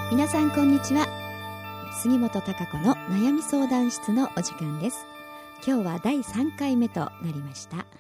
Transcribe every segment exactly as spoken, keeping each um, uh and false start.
皆さんこんにちは。杉本孝子の悩み相談室のお時間です。今日はだいさんかいめとなりました。はい、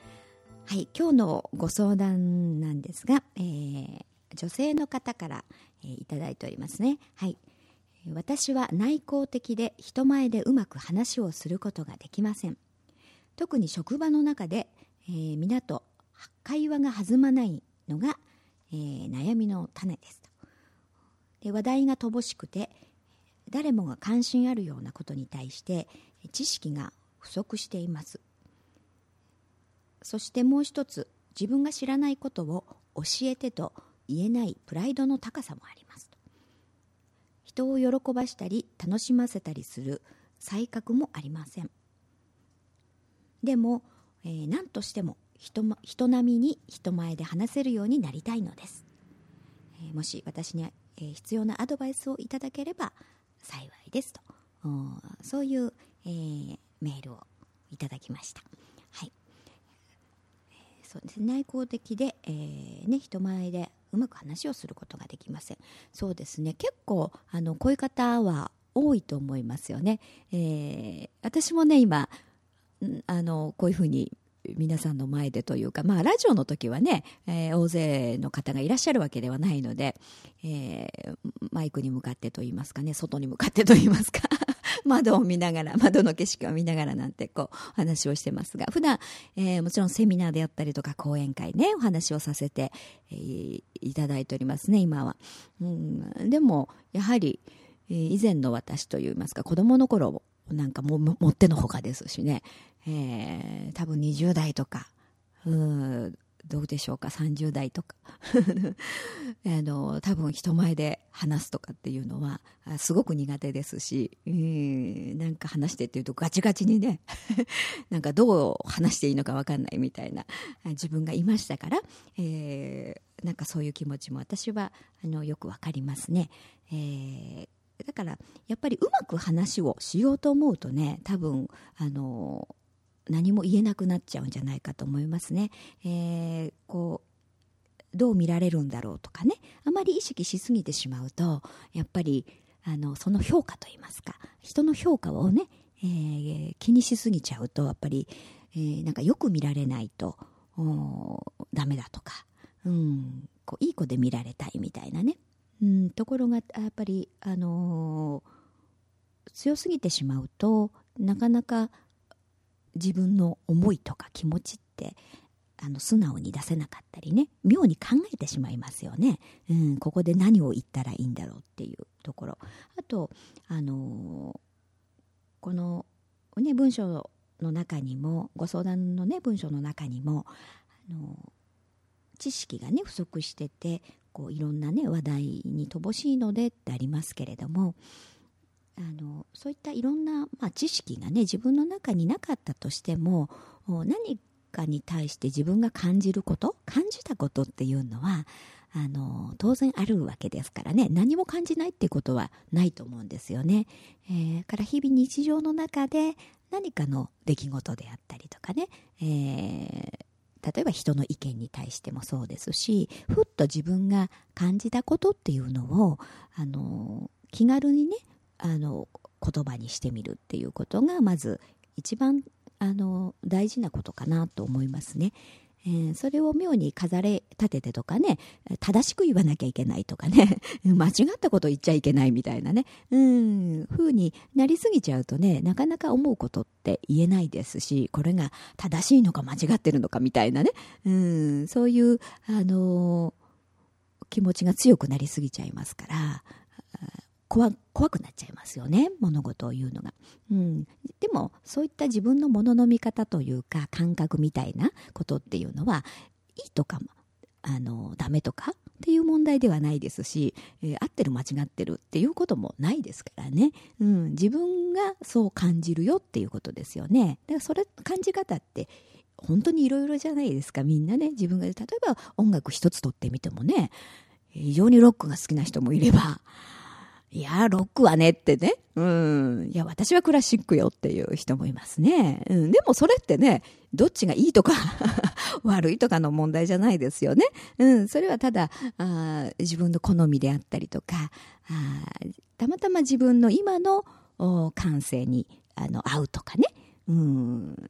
今日のご相談なんですが、えー、女性の方から、えー、いただいておりますね。はい、私は内向的で人前でうまく話をすることができません。特に職場の中で、えー、皆と会話が弾まないのが、えー、悩みの種ですと。で、話題が乏しくて誰もが関心あるようなことに対して知識が不足しています。そしてもう一つ、自分が知らないことを教えてと言えないプライドの高さもありますと。人を喜ばしたり楽しませたりする才覚もありません。でも、えー、何としても 人, 人並みに人前で話せるようになりたいのです。えー、もし私に、えー、必要なアドバイスをいただければ幸いですと、そういう、えー、メールをいただきました。はい、えー、そうですね、内向的で、えーね、人前でうまく話をすることができません。そうですね、結構あのこういう方は多いと思いますよね。えー、私もね今あのこういうふうに皆さんの前でというか、まあ、ラジオの時はね、えー、大勢の方がいらっしゃるわけではないので、えー、マイクに向かってといいますかね、外に向かってといいますか窓を見ながら、窓の景色を見ながらなんてこう話をしてますが、普段、えー、もちろんセミナーであったりとか講演会ね、お話をさせて、えー、いただいておりますね今は。うん、でもやはり、えー、以前の私といいますか、子供の頃なんかももってのほかですしね、えー、多分にじゅう代とか、うーどうでしょうか、さんじゅう代とかあの多分人前で話すとかっていうのはすごく苦手ですし、えー、なんか話してっていうとガチガチにねなんかどう話していいのか分かんないみたいな自分がいましたから、えー、なんかそういう気持ちも私はあのよく分かりますね。えーだからやっぱりうまく話をしようと思うとね、多分あの何も言えなくなっちゃうんじゃないかと思いますね。えー、こうどう見られるんだろうとかね、あまり意識しすぎてしまうとやっぱりあのその評価といいますか、人の評価をね、えー、気にしすぎちゃうとやっぱり、えー、なんかよく見られないとダメだとか、うん、こういい子で見られたいみたいなね、うん、ところがやっぱり、あのー、強すぎてしまうとなかなか自分の思いとか気持ちってあの素直に出せなかったりね、妙に考えてしまいますよね。うん、ここで何を言ったらいいんだろうっていうところ。あと、あのー、この、ね、文章の中にもご相談の、ね、文章の中にも、あのー、知識がね不足しててこういろんなね話題に乏しいのでってありますけれども、あのそういったいろんな、まあ、知識がね自分の中になかったとしても、何かに対して自分が感じること感じたことっていうのはあの当然あるわけですからね、何も感じないっていうことはないと思うんですよね。えー、から日々日常の中で何かの出来事であったりとかね、えー例えば人の意見に対してもそうですし、ふっと自分が感じたことっていうのをあの気軽にねあの言葉にしてみるっていうことがまず一番あの大事なことかなと思いますね。えー、それを妙に飾れ立ててとかね、正しく言わなきゃいけないとかね間違ったこと言っちゃいけないみたいなね、うん風になりすぎちゃうとね、なかなか思うことって言えないですし、これが正しいのか間違ってるのかみたいなね、うんそういうあのー、気持ちが強くなりすぎちゃいますから、怖, 怖くなっちゃいますよね、物事を言うのが。うん、でもそういった自分のものの見方というか感覚みたいなことっていうのはいいとかあのダメとかっていう問題ではないですし、えー、合ってる間違ってるっていうこともないですからね、うん、自分がそう感じるよっていうことですよね。だからそれ感じ方って本当にいろいろじゃないですか、みんなね。自分が例えば音楽一つとってみてもね、非常にロックが好きな人もいればいやロックはねってね、うん、いや私はクラシックよっていう人もいますね、うん、でもそれってねどっちがいいとか悪いとかの問題じゃないですよね、うん、それはただあ自分の好みであったりとか、あたまたま自分の今の感性にあの合うとかね、うん、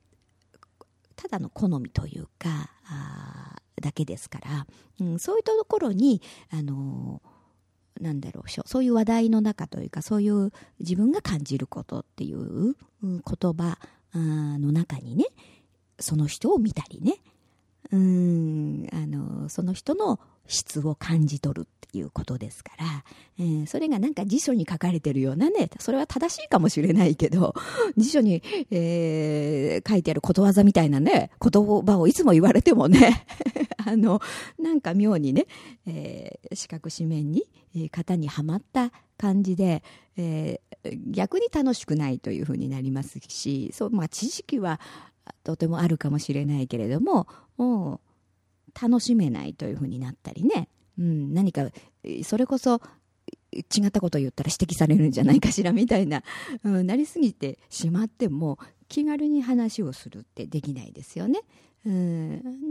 ただの好みというかあだけですから、うん、そういうところにあのなんだろう、そういう話題の中というか、そういう自分が感じることっていう言葉の中にね、その人を見たりね、うーんあのその人の質を感じ取るっていうことですから、えー、それがなんか辞書に書かれてるようなね、それは正しいかもしれないけど、辞書に、えー、書いてあることわざみたいなね言葉をいつも言われてもねあのなんか妙にね、えー、四角四面に、えー、型にはまった感じで、えー、逆に楽しくないというふうになりますし、そう、まあ、知識はとてもあるかもしれないけれども、もう楽しめないというふうになったりね、うん、何かそれこそ違ったことを言ったら指摘されるんじゃないかしらみたいな、うん、なりすぎてしまっても気軽に話をするってできないですよね、うん、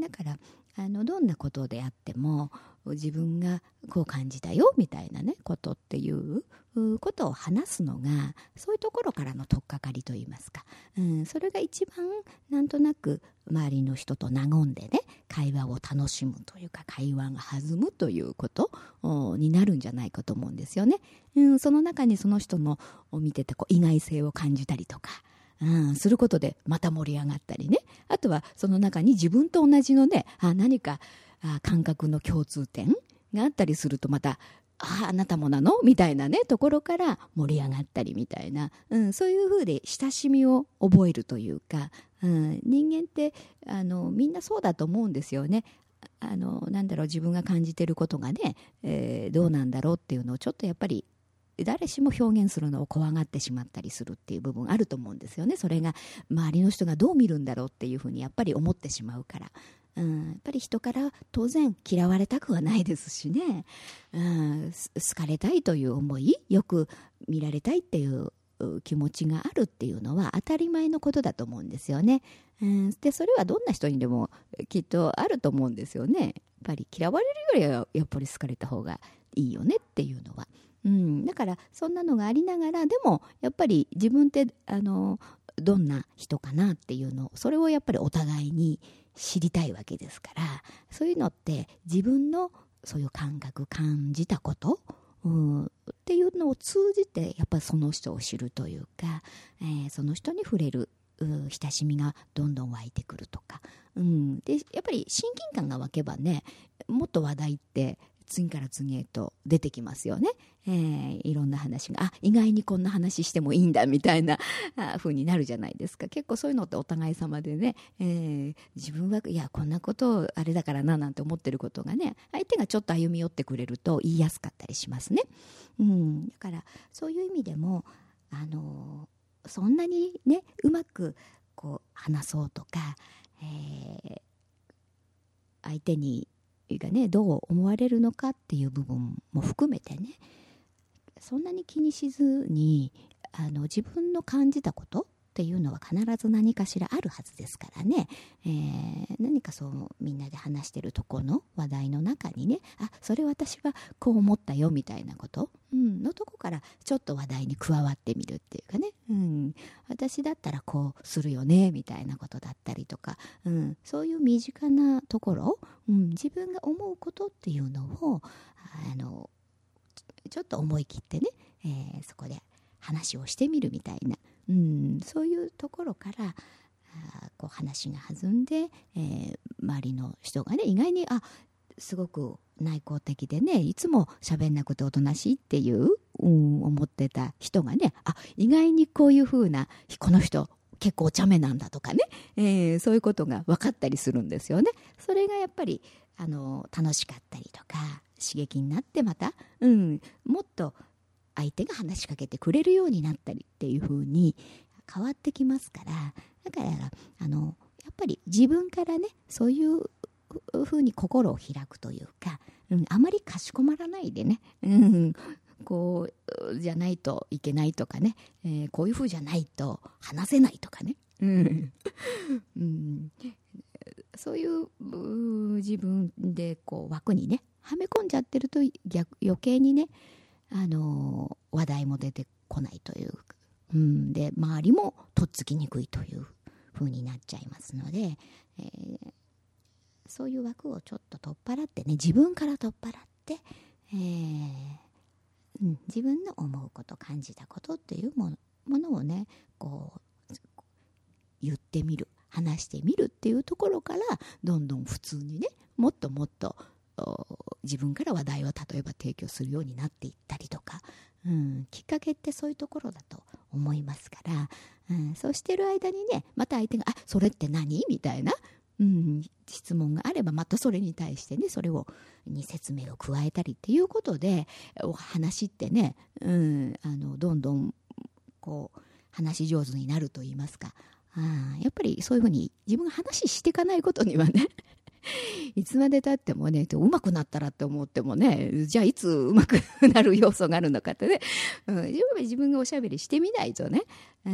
だからあのどんなことであっても自分がこう感じたよみたいなねことっていうことを話すのが、そういうところからの取っかかりといいますか、うん、それが一番なんとなく周りの人と和んでね会話を楽しむというか、会話が弾むということになるんじゃないかと思うんですよね、うん、その中にその人の見ててこう意外性を感じたりとか、うん、することでまた盛り上がったりね、あとはその中に自分と同じのねあ何かあ感覚の共通点があったりすると、またああなたもなのみたいなねところから盛り上がったりみたいな、うん、そういう風で親しみを覚えるというか、うん、人間ってあのみんなそうだと思うんですよね。あのなんだろう、自分が感じてることがね、えー、どうなんだろうっていうのをちょっとやっぱり誰しも表現するのを怖がってしまったりするっていう部分あると思うんですよね。それが周りの人がどう見るんだろうっていうふうにやっぱり思ってしまうから、うん、やっぱり人から当然嫌われたくはないですしね、うん、好かれたいという思い、よく見られたいっていう気持ちがあるっていうのは当たり前のことだと思うんですよね、うん、でそれはどんな人にでもきっとあると思うんですよね。やっぱり嫌われるよりはやっぱり好かれた方がいいよねっていうのは、うん、だからそんなのがありながら、でもやっぱり自分ってあのどんな人かなっていうの、それをやっぱりお互いに知りたいわけですから、そういうのって自分のそういう感覚感じたこと、うん、っていうのを通じてやっぱりその人を知るというか、えー、その人に触れる親しみがどんどん湧いてくるとか、うん、でやっぱり親近感が湧けばね、もっと話題って次から次へと出てきますよね、えー、いろんな話が、あ意外にこんな話してもいいんだみたいな風になるじゃないですか。結構そういうのってお互い様でね、えー、自分はいやこんなことあれだからななんて思ってることがね、相手がちょっと歩み寄ってくれると言いやすかったりしますね、うん、だからそういう意味でもあのー、そんなにねうまくこう話そうとか、えー、相手にがねどう思われるのかっていう部分も含めてね、そんなに気にしずにあの自分の感じたことっていうのは必ず何かしらあるはずですからね、えー、何かそうみんなで話してるとこの話題の中にね、あそれ私はこう思ったよみたいなこと、うん、のとこからちょっと話題に加わってみるっていうかね、うん、私だったらこうするよねみたいなことだったりとか、うん、そういう身近なところ、うん、自分が思うことっていうのをあのちょっと思い切ってね、えー、そこで話をしてみるみたいな、うん、そういうところからあこう話が弾んで、えー、周りの人がね意外にあすごく内向的でねいつも喋んなくておとなしいっていう、うん、思ってた人がね、あ意外にこういう風なこの人結構お茶目なんだとかね、えー、そういうことが分かったりするんですよね。それがやっぱりあの楽しかったりとか刺激になって、また、うん、もっと相手が話しかけてくれるようになったりっていう風に変わってきますから、だからあのやっぱり自分からねそういう風に心を開くというか、うん、あまりかしこまらないでね、うん、 こうじゃないといけないとかね、えー、こういう風じゃないと話せないとかね、うんうん、そういう自分でこう枠にねはめ込んじゃってると逆余計にね、あのー、話題も出てこないという、うん、で周りもとっつきにくいという風になっちゃいますので、えー、そういう枠をちょっと取っ払ってね、自分から取っ払って、えーうん、自分の思うこと感じたことっていうもの、ものをねこう言ってみる、話してみるっていうところからどんどん普通にねもっともっと自分から話題を例えば提供するようになっていったりとか、うん、きっかけってそういうところだと思いますから、うん、そうしてる間にねまた相手があそれって何みたいな、うん、質問があればまたそれに対してねそれをに説明を加えたりっていうことでお話ってね、うん、あのどんどんこう話し上手になると言いますか、あやっぱりそういうふうに自分が話していかないことにはねいつまでたってもねうまくなったらって思ってもね、じゃあいつうまくなる要素があるのかってね、うん、自分がおしゃべりしてみないとね、うん、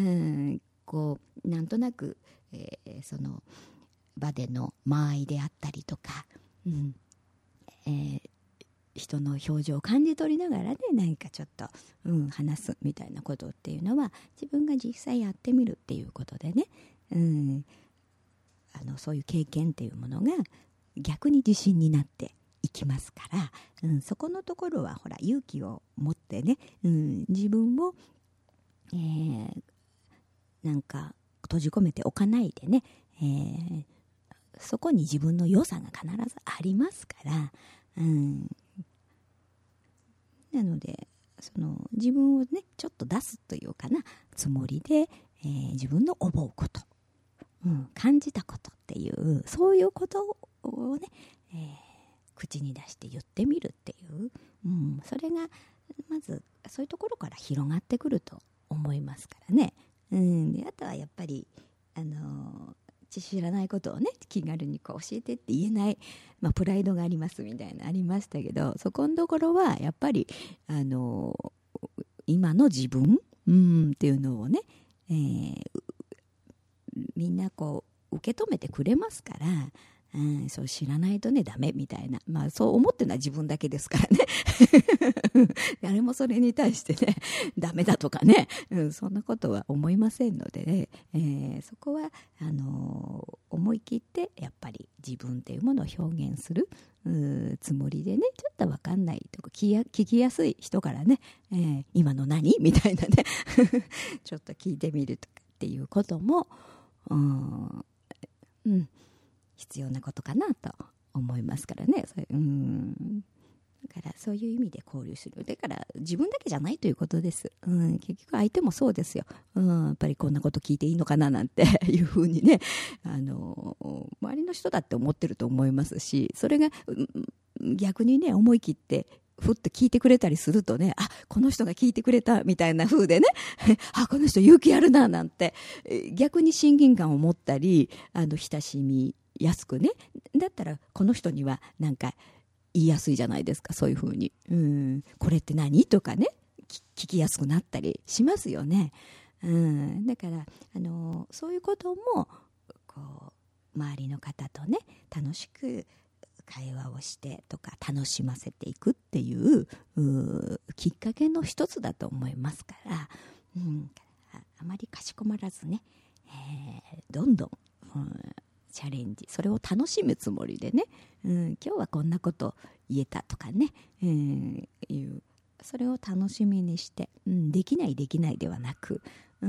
こうなんとなく、えー、その場での間合いであったりとか、うんえー、人の表情を感じ取りながらね何かちょっと、うん、話すみたいなことっていうのは自分が実際やってみるっていうことでね、うん、あのそういう経験っていうものが逆に自信になっていきますから、うん、そこのところはほら勇気を持ってね、うん、自分を、えー、なんか閉じ込めておかないでね、えー、そこに自分の良さが必ずありますから、うん、なのでその自分をねちょっと出すというかなつもりで、えー、自分の思うこと、うん、感じたことっていうそういうことをね、えー、口に出して言ってみるっていう、うん、それがまずそういうところから広がってくると思いますからね、うん、であとはやっぱりあのー、知らないことをね気軽にこう教えてって言えない、まあ、プライドがありますみたいなありましたけど、そこのところはやっぱりあのー、今の自分、うん、っていうのをね、えー、みんなこう受け止めてくれますから、うん、そう知らないとねダメみたいな、まあそう思ってるのは自分だけですからね誰もそれに対してねダメだとかね、うん、そんなことは思いませんのでね、えー、そこはあのー、思い切ってやっぱり自分っていうものを表現するつもりでね、ちょっと分かんないとか聞や聞きやすい人からね、えー、今の何みたいなねちょっと聞いてみるとかっていうこともうん、うん、必要なことかなと思いますからね。それうんだからそういう意味で交流する。だから自分だけじゃないということです。うん、結局相手もそうですよ。うん、やっぱりこんなこと聞いていいのかななんていうふうにね、あの周りの人だって思ってると思いますし、それが逆にね思い切ってふっと聞いてくれたりするとね、あこの人が聞いてくれたみたいな風でねあこの人勇気あるななんて逆に親近感を持ったりあの親しみやすくね、だったらこの人にはなんか言いやすいじゃないですか、そういう風に、うん、これって何とかね聞きやすくなったりしますよね、うん、だからあのそういうこともこう周りの方とね楽しく会話をしてとか楽しませていくっていう、うきっかけの一つだと思いますから、うん、あ, あまりかしこまらずね、えー、どんどん、うん、チャレンジそれを楽しむつもりでね、うん、今日はこんなこと言えたとかね、うん、いうそれを楽しみにして、うん、できないできないではなく、うん、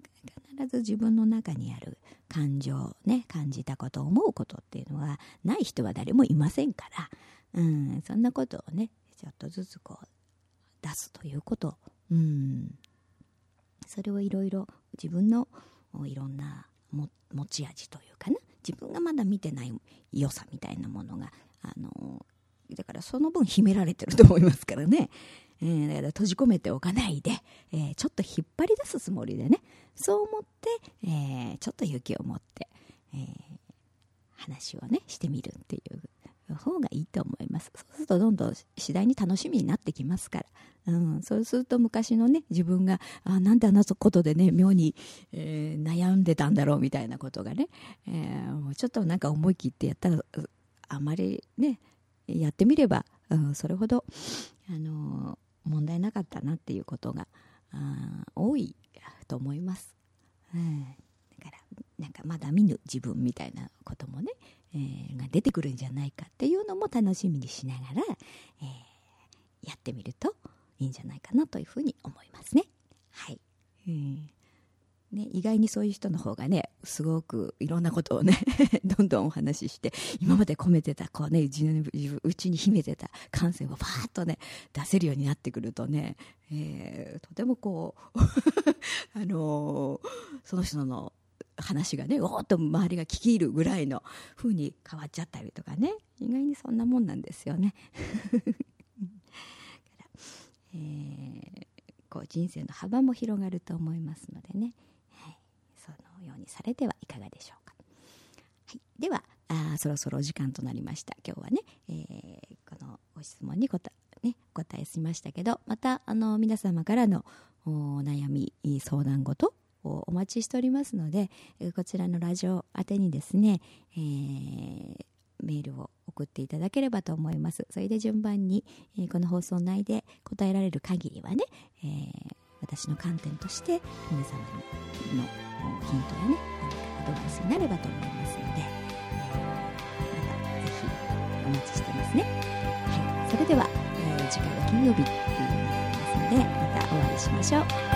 必ず自分の中にある感情ね感じたこと思うことっていうのはない人は誰もいませんから、うん、そんなことをねちょっとずつこう出すということ、うん、それをいろいろ自分のいろんなも持ち味というかな自分がまだ見てない良さみたいなものがあのだからその分秘められてると思いますからね、えー、だから閉じ込めておかないで、えー、ちょっと引っ張り出すつもりでねそう思って、えー、ちょっと勇気を持って、えー、話をねしてみるっていう方がいいと思います。そうするとどんどん次第に楽しみになってきますから、うん、そうすると昔のね自分があなんであんなことでね妙に、えー、悩んでたんだろうみたいなことがね、えー、もうちょっとなんか思い切ってやったらあまりねやってみれば、うん、それほど、あのー、問題なかったなっていうことがあ多いと思います、うん、だからなんかまだ見ぬ自分みたいなこともね、えー、が出てくるんじゃないかっていうのも楽しみにしながら、えー、やってみるといいんじゃないかなというふうに思いますね。はい、うんね、意外にそういう人の方がねすごくいろんなことをねどんどんお話しして今まで込めてたこうねうちに、うちに秘めてた感性をバーッとね出せるようになってくるとね、えー、とてもこうあのー、その人の話がねおーっと周りが聞き入るぐらいの風に変わっちゃったりとかね、意外にそんなもんなんですよねえー、こう人生の幅も広がると思いますのでね、はい、そのようにされてはいかがでしょうか。はい、ではあそろそろお時間となりました。今日はね、えー、このご質問に答え、ね、お答えしましたけど、またあの皆様からのお悩み相談事をお待ちしておりますので、こちらのラジオ宛てにですね、えー、メールを送っていただければと思います。それで順番に、えー、この放送内で答えられる限りはね、えー、私の観点として皆様のヒントやねアドバイスになればと思いますので、えー、またぜひお待ちしてますね。はい、それでは、えー、次回は金曜日というのになりますのでまたお会いしましょう。